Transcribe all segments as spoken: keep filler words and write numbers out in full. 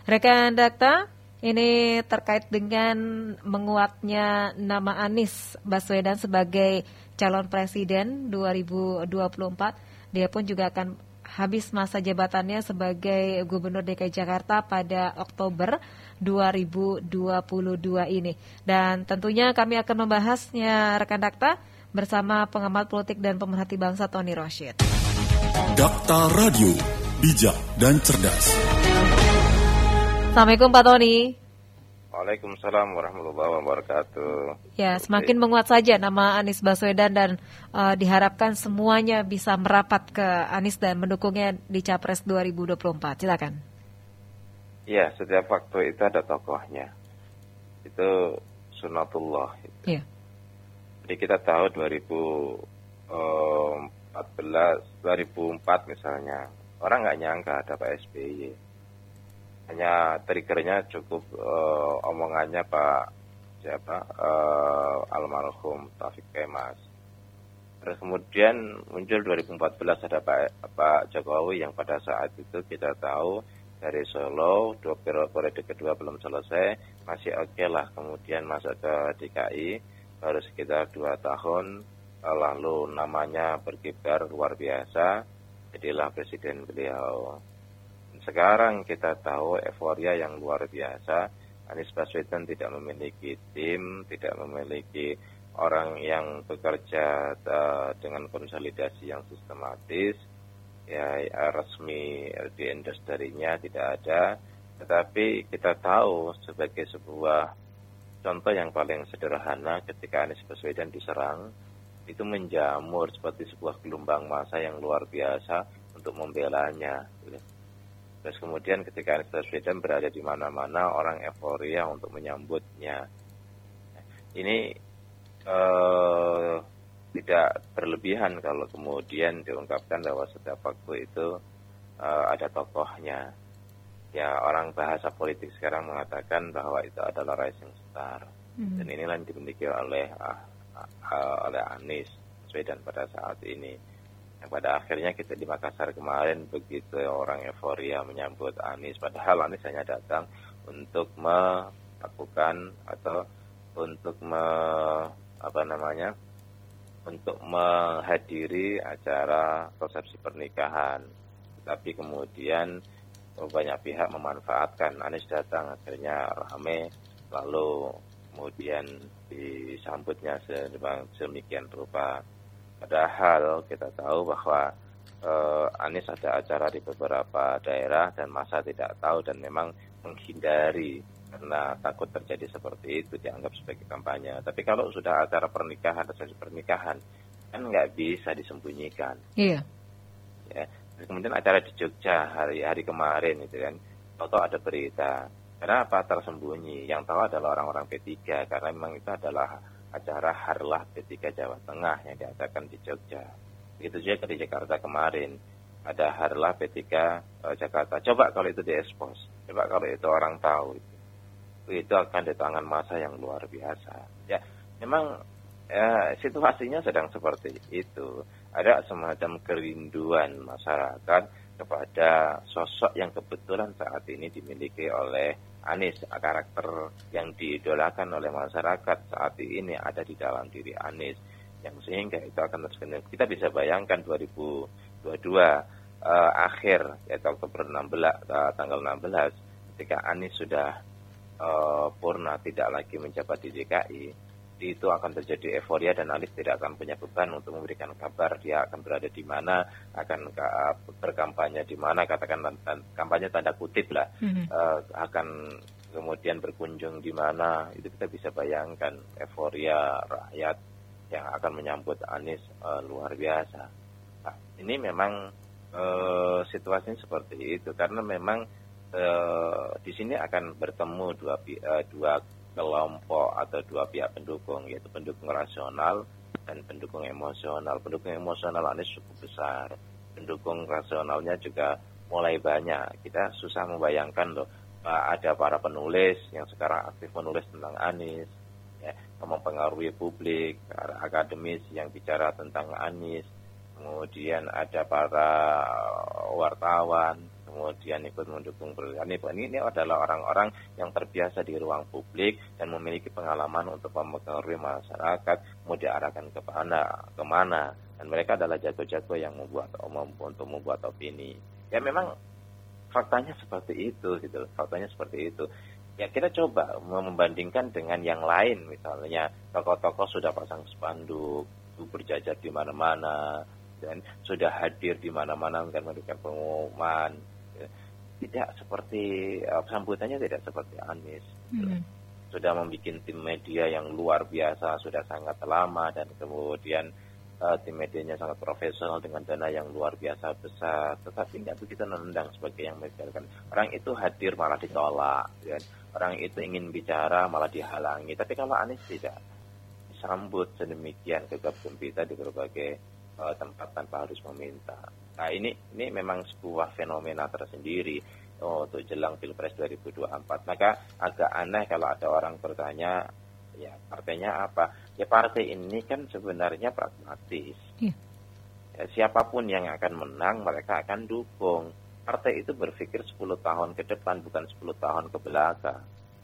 Rekan Dakta, ini terkait dengan menguatnya nama Anies Baswedan sebagai calon presiden dua ribu dua puluh empat. Dia pun juga akan habis masa jabatannya sebagai Gubernur D K I Jakarta pada Oktober dua ribu dua puluh dua ini. Dan tentunya kami akan membahasnya rekan Dakta bersama pengamat politik dan pemerhati bangsa Tony Rosyid. Dakta Radio, bijak dan cerdas. Assalamualaikum Pak Tony. Waalaikumsalam warahmatullahi wabarakatuh. Ya, semakin menguat saja nama Anies Baswedan dan uh, diharapkan semuanya bisa merapat ke Anies dan mendukungnya di Capres dua ribu dua puluh empat. Silakan. Ya, setiap waktu itu ada tokohnya. Itu sunatullah. Itu. Ya. Jadi kita tahu dua ribu empat belas, dua ribu empat misalnya, orang nggak nyangka ada Pak S B Y. Hanya triggernya cukup uh, omongannya Pak siapa uh, almarhum Taufik Kemas. Terus kemudian muncul dua ribu empat belas ada Pak, Pak Jokowi yang pada saat itu kita tahu dari Solo dua periode kedua belum selesai, masih oke okay lah. Kemudian masuk ke D K I baru sekitar dua tahun, lalu namanya berkibar luar biasa, jadilah presiden beliau. Sekarang kita tahu euforia yang luar biasa. Anies Baswedan tidak memiliki tim, tidak memiliki orang yang bekerja uh, dengan konsolidasi yang sistematis. Ya, resmi di endorse darinya tidak ada. Tetapi kita tahu sebagai sebuah contoh yang paling sederhana ketika Anies Baswedan diserang, itu menjamur seperti sebuah gelombang massa yang luar biasa untuk membelanya. Terus kemudian ketika Anies Baswedan berada di mana-mana, orang euforia untuk menyambutnya. Ini eh, tidak berlebihan kalau kemudian diungkapkan bahwa setiap waktu itu eh, ada tokohnya. Ya, orang bahasa politik sekarang mengatakan bahwa itu adalah rising star. Hmm. Dan inilah yang dimiliki oleh uh, uh, oleh Anies Baswedan pada saat ini. Yang pada akhirnya kita di Makassar kemarin begitu orang euforia menyambut Anies, padahal Anies hanya datang untuk melakukan atau untuk me, apa namanya untuk menghadiri acara resepsi pernikahan. Tapi kemudian banyak pihak memanfaatkan Anies datang, akhirnya ramai, lalu kemudian disambutnya sedemikian rupa. Padahal kita tahu bahwa eh, Anies ada acara di beberapa daerah dan masa tidak tahu dan memang menghindari karena takut terjadi seperti itu, dianggap sebagai kampanye. Tapi kalau sudah acara pernikahan, resepsi pernikahan, kan nggak bisa disembunyikan. Iya. Ya. Kemudian acara di Jogja hari hari kemarin itu kan, atau ada berita. Karena apa tersembunyi? Yang tahu adalah orang-orang P tiga karena memang itu adalah acara Harlah P tiga Jawa Tengah yang diadakan di Jogja. Begitu juga di Jakarta kemarin ada Harlah P tiga uh, Jakarta. Coba kalau itu diekspos, coba kalau itu orang tahu itu, itu akan di tangan massa yang luar biasa. Ya, memang ya, situasinya sedang seperti itu. Ada semacam kerinduan masyarakat kepada sosok yang kebetulan saat ini dimiliki oleh Anies. Karakter yang diidolakan oleh masyarakat saat ini ada di dalam diri Anies, yang sehingga itu akan terus. Kita bisa bayangkan dua ribu dua puluh dua uh, akhir yaitu Oktober enam belas, uh, tanggal enam belas ketika Anies sudah uh, purna tidak lagi menjabat di D K I, itu akan terjadi euforia dan Anies tidak akan punya beban untuk memberikan kabar dia akan berada di mana, akan uh, berkampanye di mana, katakan kampanye tanda kutip lah, mm-hmm. uh, akan kemudian berkunjung di mana, itu kita bisa bayangkan euforia rakyat yang akan menyambut Anies uh, luar biasa. Nah, ini memang uh, situasinya seperti itu karena memang uh, di sini akan bertemu dua uh, dua kelompok atau dua pihak pendukung, yaitu pendukung rasional dan pendukung emosional. Pendukung emosional Anies cukup besar, pendukung rasionalnya juga mulai banyak. Kita susah membayangkan loh, ada para penulis yang sekarang aktif menulis tentang Anies, ya, mempengaruhi publik, akademis yang bicara tentang Anies, kemudian ada para wartawan, kemudian ikut mendukung Anies. Ini, ini adalah orang-orang yang terbiasa di ruang publik dan memiliki pengalaman untuk mempengaruhi masyarakat, mau diarahkan ke mana, kemana. Dan mereka adalah jago-jago yang membuat untuk membuat opini. Ya memang faktanya seperti itu, gitu. Faktanya seperti itu. Ya kita coba membandingkan dengan yang lain, misalnya tokoh-tokoh sudah pasang spanduk, berjajar di mana-mana, dan sudah hadir di mana-mana memberikan pengumuman. Tidak seperti uh, sambutannya tidak seperti Anies. Hmm. Sudah membuat tim media yang luar biasa, sudah sangat lama, dan kemudian uh, tim medianya sangat profesional dengan dana yang luar biasa besar. Tetapi nggak begitu nendang sebagai yang membicarakan. Orang itu hadir malah ditolak, dan orang itu ingin bicara malah dihalangi. Tapi kalau Anies tidak, disambut sedemikian gegap gempita di berbagai uh, tempat tanpa harus meminta. Nah ini ini memang sebuah fenomena tersendiri oh, untuk jelang Pilpres dua ribu dua puluh empat. Maka agak aneh kalau ada orang bertanya, ya partainya apa? Ya partai ini kan sebenarnya pragmatis. Yeah. Ya, siapapun yang akan menang mereka akan dukung. Partai itu berpikir sepuluh tahun ke depan, bukan sepuluh tahun ke belakang.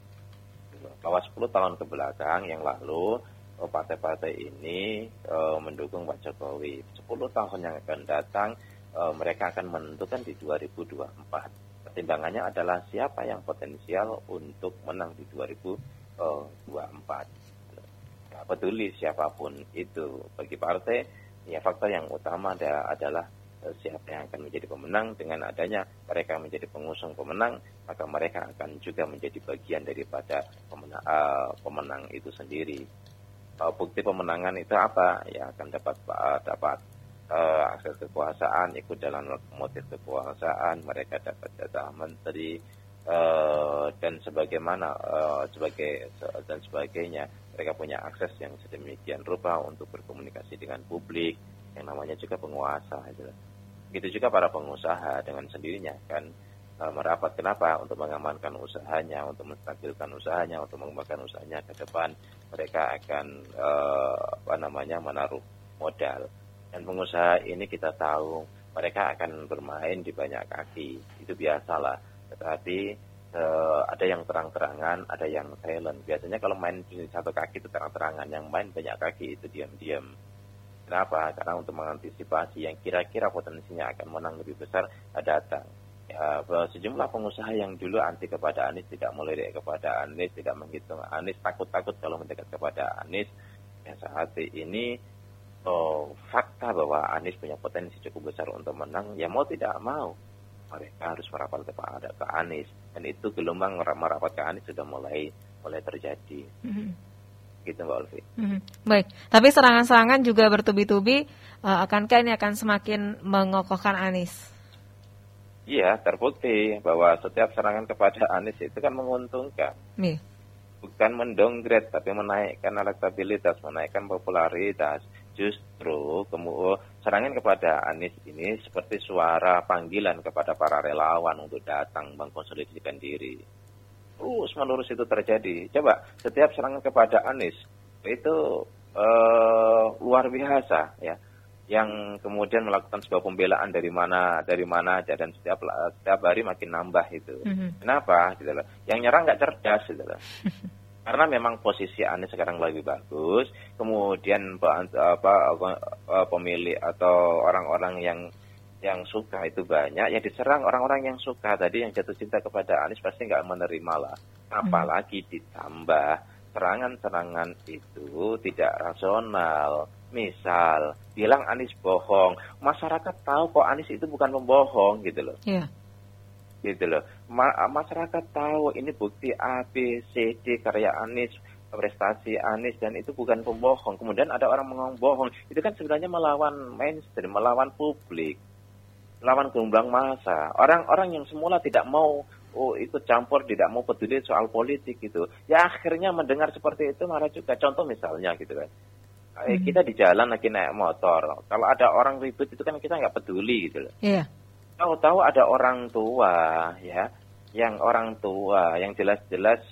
Bahwa sepuluh tahun ke belakang yang lalu, oh, partai-partai ini uh, mendukung Pak Jokowi. sepuluh tahun yang akan datang, uh, mereka akan menentukan di dua ribu dua puluh empat. Pertimbangannya adalah siapa yang potensial untuk menang di dua ribu dua puluh empat. Tidak peduli siapapun itu. Bagi partai, ya faktor yang utama ada, adalah siapa yang akan menjadi pemenang. Dengan adanya mereka menjadi pengusung pemenang, maka mereka akan juga menjadi bagian daripada pemenang, uh, pemenang itu sendiri. Uh, bukti pemenangan itu apa? Ya akan dapat uh, dapat uh, akses kekuasaan, ikut dalam motif kekuasaan, mereka dapat jatah menteri uh, dan sebagaimana uh, sebagai dan sebagainya. Mereka punya akses yang sedemikian rupa untuk berkomunikasi dengan publik, yang namanya juga penguasa. Gitu. Begitu juga para pengusaha dengan sendirinya kan e, merapat. Kenapa? Untuk mengamankan usahanya, untuk menstabilkan usahanya, untuk mengembangkan usahanya ke depan. Mereka akan e, apa namanya menaruh modal. Dan pengusaha ini kita tahu mereka akan bermain di banyak kaki. Itu biasalah. Tetapi e, ada yang terang-terangan, ada yang silent. Biasanya kalau main di satu kaki itu terang-terangan, yang main banyak kaki itu diam-diam. Kenapa? Karena untuk mengantisipasi yang kira-kira potensinya akan menang lebih besar datang. Ya, sejumlah pengusaha yang dulu anti kepada Anies, tidak melirik kepada Anies, tidak menghitung Anies, takut-takut kalau mendekat kepada Anies. Ya, saat ini oh, fakta bahwa Anies punya potensi cukup besar untuk menang, ya mau tidak mau mereka harus merapat kepada ke Anies. Dan itu gelombang merapat ke Anies sudah mulai mulai terjadi. Mm-hmm. Gitu Mbak Olvi. Hmm, baik, tapi serangan-serangan juga bertubi-tubi, uh, akankah ini akan semakin mengokohkan Anies? Iya, terbukti bahwa setiap serangan kepada Anies itu kan menguntungkan. Yeah. Bukan mendowngrade, tapi menaikkan elektabilitas, menaikkan popularitas. Justru kemudian serangan kepada Anies ini seperti suara panggilan kepada para relawan untuk datang mengkonsolidasikan diri. Terus menerus itu terjadi. Coba setiap serangan kepada Anies itu uh, luar biasa ya. Yang kemudian melakukan sebuah pembelaan dari mana dari mana aja, dan setiap setiap hari makin nambah itu. Mm-hmm. Kenapa? Gitu loh. Yang nyerang nggak cerdas gitu loh. Karena memang posisi Anies sekarang lebih bagus. Kemudian apa pemilih atau orang-orang yang yang suka itu banyak, yang diserang orang-orang yang suka tadi, yang jatuh cinta kepada Anies pasti nggak menerima lah. Apalagi ditambah serangan-serangan itu tidak rasional. Misal bilang Anies bohong, masyarakat tahu kok Anies itu bukan pembohong gitu loh. Iya. Yeah. Gitu loh. Ma- masyarakat tahu ini bukti A, B, C, D karya Anies, prestasi Anies, dan itu bukan pembohong. Kemudian ada orang ngomong bohong, itu kan sebenarnya melawan mainstream, melawan publik, lawan gelombang massa. Orang-orang yang semula tidak mau oh, ikut campur, tidak mau peduli soal politik gitu, ya akhirnya mendengar seperti itu marah juga. Contoh misalnya gitu kan, hmm. kita di jalan lagi naik motor, kalau ada orang ribut itu kan kita nggak peduli gitu loh. Iya. Tahu-tahu ada orang tua ya, yang orang tua yang jelas-jelas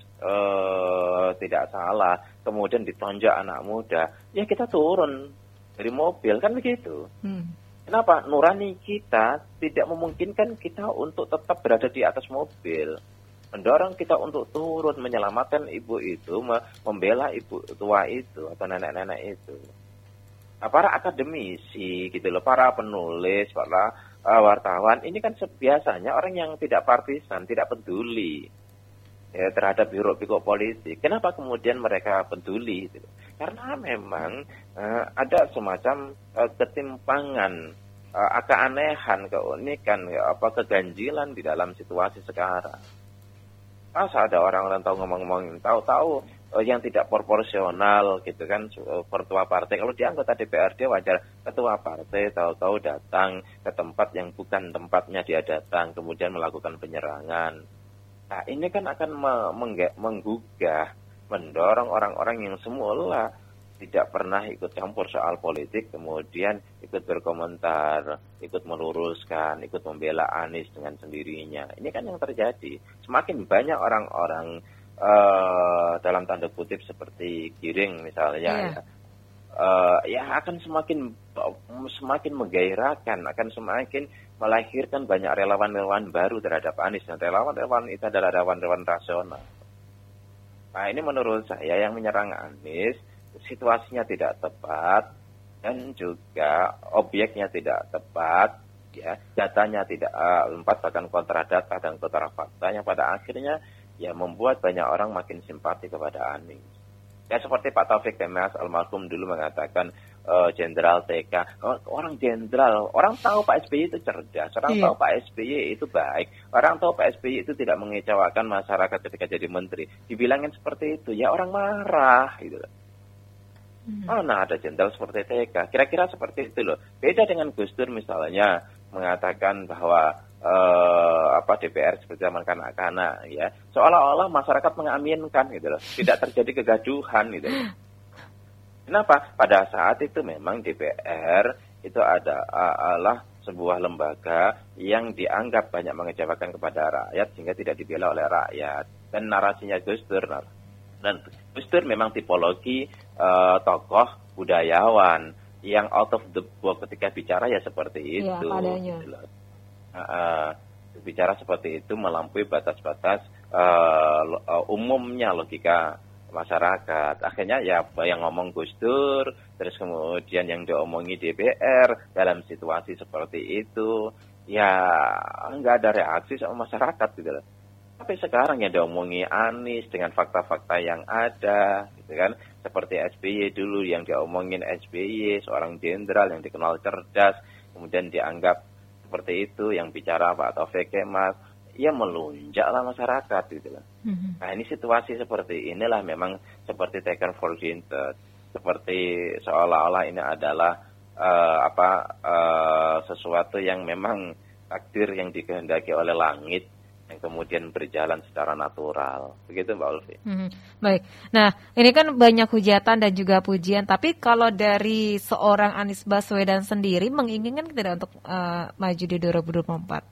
uh, tidak salah, kemudian ditonjok anak muda, ya kita turun dari mobil kan begitu. Hmm. Kenapa? Nurani kita tidak memungkinkan kita untuk tetap berada di atas mobil. Mendorong kita untuk turun, menyelamatkan ibu itu, membela ibu tua itu, atau nenek-nenek itu. Nah, para akademisi, gitu loh, para penulis, para uh, wartawan, ini kan biasanya orang yang tidak partisan, tidak peduli ya, terhadap hiruk-pikuk politik. Kenapa kemudian mereka peduli? Gitu? Karena memang uh, ada semacam uh, ketimpangan, uh, keanehan, keunikan, ya, apa keganjilan di dalam situasi sekarang. Masa ada orang-orang tahu ngomong-ngomong, tahu-tahu uh, yang tidak proporsional gitu kan, uh, ketua partai. Kalau dia anggota D P R D wajar, ketua partai tahu-tahu datang ke tempat yang bukan tempatnya dia datang, kemudian melakukan penyerangan. Nah, ini kan akan me- menggugah, mendorong orang-orang yang semula tidak pernah ikut campur soal politik, kemudian ikut berkomentar, ikut meluruskan, ikut membela Anies dengan sendirinya. Ini kan yang terjadi. Semakin banyak orang-orang uh, dalam tanda kutip seperti Giring misalnya, yeah. ya, uh, ya akan semakin semakin menggairahkan, akan semakin melahirkan banyak relawan-relawan baru terhadap Anies, dan relawan-relawan itu adalah relawan-relawan rasional. Nah, ini menurut saya yang menyerang Anies situasinya tidak tepat dan juga objeknya tidak tepat, ya, datanya tidak uh, empat bahkan kontra data dan kontra fakta yang pada akhirnya ya membuat banyak orang makin simpati kepada Anies. Ya seperti Pak Taufik Kemas almarhum dulu mengatakan Jenderal uh, T K, orang jenderal, orang tahu Pak S B Y itu cerdas, orang iya. tahu Pak S B Y itu baik, orang tahu Pak S B Y itu tidak mengecewakan masyarakat ketika jadi menteri. Dibilangin seperti itu, ya orang marah gitu. Hmm. Mana ada jenderal seperti T K? Kira-kira seperti itu loh. Beda dengan Gus Dur misalnya mengatakan bahwa uh, apa D P R seperti zaman kanak-kanak, ya seolah-olah masyarakat mengaminkan gitu loh. Tidak terjadi kegaduhan gitu. Kenapa? Pada saat itu memang D P R itu ada adalah sebuah lembaga yang dianggap banyak mengecewakan kepada rakyat sehingga tidak dibela oleh rakyat. Dan narasinya Gus Dur, dan Gus Dur memang tipologi uh, tokoh budayawan yang out of the box ketika bicara ya seperti itu. Ya, padanya. Uh, bicara seperti itu melampaui batas-batas uh, uh, umumnya logika masyarakat. Akhirnya ya yang ngomong Gus Dur, terus kemudian yang diomongi D P R dalam situasi seperti itu, ya nggak ada reaksi sama masyarakat gitu loh. Tapi sekarang yang diomongi Anies dengan fakta-fakta yang ada, gitu kan, seperti S B Y dulu yang diomongin S B Y, seorang jenderal yang dikenal cerdas, kemudian dianggap seperti itu, yang bicara Pak Taufik Kemas, ya melunjaklah masyarakat gitu loh. Mm-hmm. Nah ini situasi seperti inilah memang seperti taken for granted, seperti seolah-olah ini adalah uh, apa uh, sesuatu yang memang takdir yang dikehendaki oleh langit yang kemudian berjalan secara natural. Begitu Mbak Ulfi. Hmm, baik. Nah, ini kan banyak hujatan dan juga pujian, tapi kalau dari seorang Anies Baswedan sendiri menginginkan tidak untuk uh, maju di dua ribu dua puluh empat?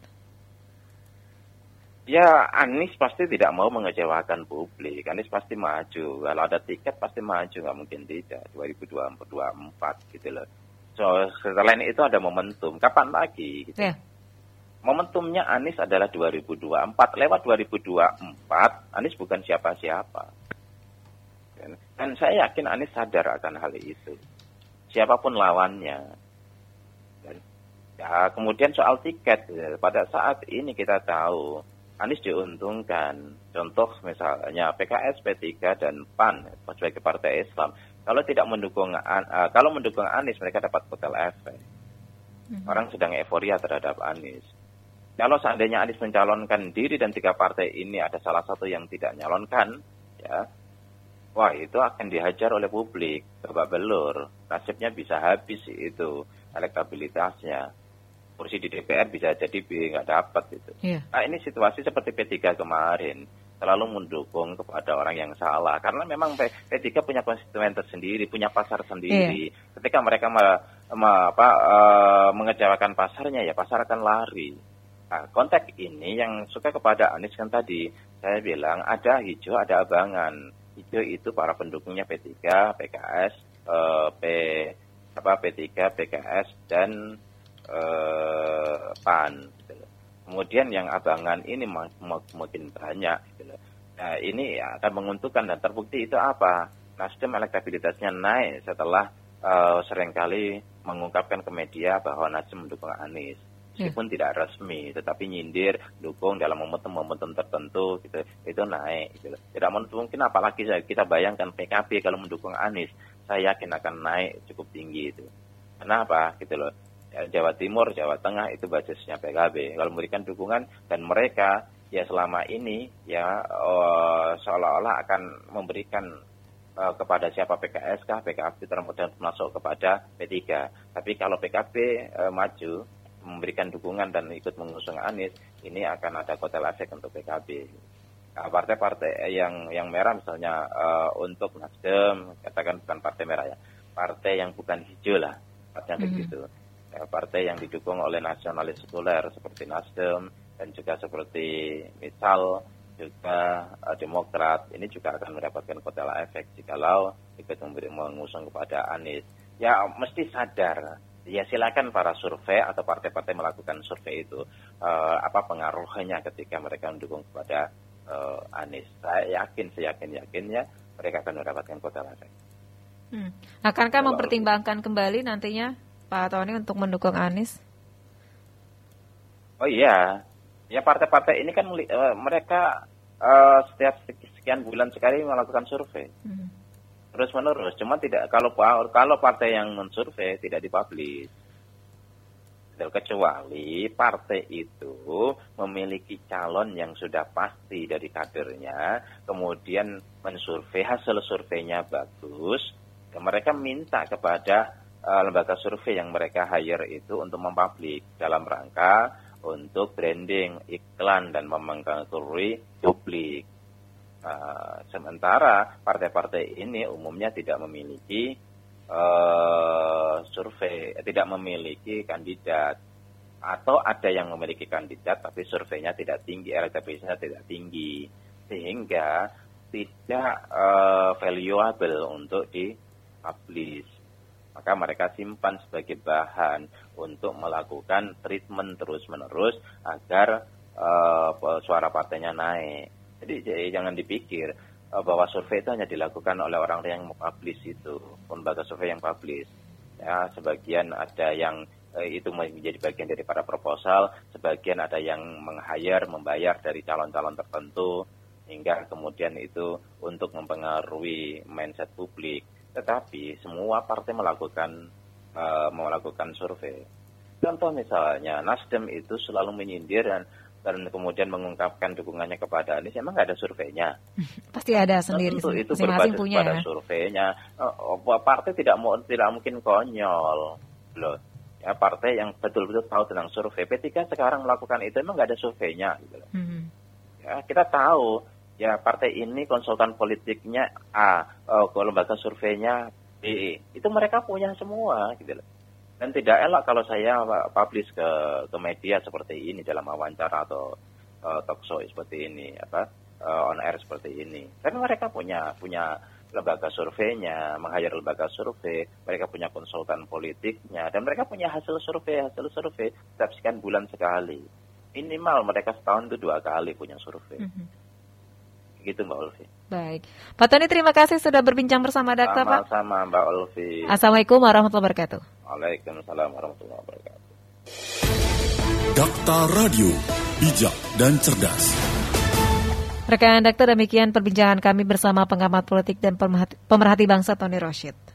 Ya, Anies pasti tidak mau mengecewakan publik. Anies pasti maju. Kalau ada tiket pasti maju, nggak mungkin tidak. dua ribu dua puluh empat gitu loh. So, selain itu ada momentum. Kapan lagi? Gitu. Yeah. Momentumnya Anies adalah dua ribu dua puluh empat. Lewat dua ribu dua puluh empat, Anies bukan siapa-siapa. Dan saya yakin Anies sadar akan hal itu. Siapapun lawannya. Dan, ya, kemudian soal tiket, pada saat ini kita tahu Anies diuntungkan. Contoh misalnya P K S, P tiga, dan P A N sebagai partai Islam. Kalau tidak mendukung, uh, kalau mendukung Anies, mereka dapat kotel efek. Hmm. Orang sedang euforia terhadap Anies. Kalau seandainya Anies mencalonkan diri dan tiga partai ini ada salah satu yang tidak nyalonkan, ya, wah itu akan dihajar oleh publik, babak belur. Nasibnya bisa habis itu elektabilitasnya. Kursi di D P R bisa jadi nggak dapat gitu. Yeah. Nah ini situasi seperti P tiga kemarin, selalu mendukung kepada orang yang salah. Karena memang P tiga punya konstituen tersendiri, punya pasar sendiri. Yeah. Ketika mereka me, me, apa, uh, mengecewakan pasarnya, ya pasar akan lari. Nah, konteks ini yang suka kepada Anies kan tadi, saya bilang ada hijau, ada abangan. Hijau itu para pendukungnya P tiga, P K S, uh, P, apa, P tiga, P K S, dan uh, P A N. Gitu. Kemudian yang abangan ini makin banyak. Gitu. Nah ini akan menguntungkan dan terbukti itu apa? Nasdem elektabilitasnya naik setelah uh, seringkali mengungkapkan ke media bahwa Nasdem mendukung Anies. Meskipun yeah. tidak resmi, tetapi nyindir, dukung dalam momentum-momentum tertentu, gitu, itu naik. Gitu. Tidak mungkin, apalagi kita bayangkan P K B kalau mendukung Anies, saya yakin akan naik cukup tinggi itu. Kenapa? Gitu loh. Jawa Timur, Jawa Tengah itu basisnya P K B. Kalau memberikan dukungan dan mereka ya selama ini ya uh, seolah-olah akan memberikan uh, kepada siapa P K S kah, P K B termasuk kepada P tiga. Tapi kalau P K B uh, maju memberikan dukungan dan ikut mengusung Anies, ini akan ada kotel efek untuk P K B. Nah, partai-partai yang yang merah misalnya uh, untuk Nasdem, katakan bukan partai merah ya, partai yang bukan hijau lah, partai yang mm-hmm. begitu. Ya, partai yang didukung oleh nasionalis sekuler seperti Nasdem dan juga seperti misal juga uh, Demokrat, ini juga akan mendapatkan kotel efek jikalau ikut memberi mengusung kepada Anies. Ya mesti sadar. Ya silakan para survei atau partai-partai melakukan survei itu uh, apa pengaruhnya ketika mereka mendukung kepada uh, Anies. Saya yakin, saya yakin yakinnya mereka akan mendapatkan kotel efek. Hmm. Akankah Kalau mempertimbangkan kembali nantinya Pak Tony untuk mendukung Anies? Oh iya, ya partai-partai ini kan uh, mereka uh, setiap sekian bulan sekali melakukan survei. Hmm. Terus menerus, cuma tidak kalau kalau partai yang mensurvei tidak dipublish, kecuali partai itu memiliki calon yang sudah pasti dari kadernya, kemudian mensurvei hasil surveinya bagus, dan mereka minta kepada uh, lembaga survei yang mereka hire itu untuk mempublish dalam rangka untuk branding, iklan dan mempengaruhi publik. Uh, sementara partai-partai ini umumnya tidak memiliki uh, survei, tidak memiliki kandidat, atau ada yang memiliki kandidat tapi surveinya tidak tinggi, elektabilitasnya tidak tinggi, sehingga tidak uh, valuable untuk dipublish. Maka mereka simpan sebagai bahan untuk melakukan treatment terus-menerus agar uh, suara partainya naik. Jadi jangan dipikir uh, bahwa survei itu hanya dilakukan oleh orang yang publish itu, lembaga survei yang publish. Ya, sebagian ada yang uh, itu menjadi bagian dari para proposal, sebagian ada yang meng-hire, membayar dari calon-calon tertentu, hingga kemudian itu untuk mempengaruhi mindset publik. Tetapi semua partai melakukan uh, melakukan survei. Contoh misalnya Nasdem itu selalu menyindir dan dan kemudian mengungkapkan dukungannya kepada Anies, emang nggak ada surveinya? Pasti ada sendiri. Tentu itu berbasis punya, pada ya? surveinya. Oh, partai tidak mau tidak mungkin konyol, loh. Ya partai yang betul-betul tahu tentang survei. P tiga sekarang melakukan itu emang nggak ada surveinya, gitu loh. Mm-hmm. Ya kita tahu, ya partai ini konsultan politiknya A, oh, lembaga surveinya B, itu mereka punya semua, gitu loh. Dan tidak elok kalau saya publish ke ke media seperti ini dalam wawancara atau uh, talk show seperti ini, apa uh, on air seperti ini. Karena mereka punya punya lembaga surveinya, meng-hire lembaga survei, mereka punya konsultan politiknya, dan mereka punya hasil survei hasil survei setiap sekian bulan sekali. Minimal mereka setahun itu dua kali punya survei. Mm-hmm. Gitu Mbak Ulfi. Baik, Pak Tony terima kasih sudah berbincang bersama Dakta Pak. Sama-sama Mbak Ulfi. Assalamualaikum warahmatullahi wabarakatuh. Waalaikumsalam warahmatullahi wabarakatuh. Dakta Radio, bijak dan cerdas. Rekan Dakta, demikian perbincangan kami bersama pengamat politik dan pemerhati bangsa Tony Rashid.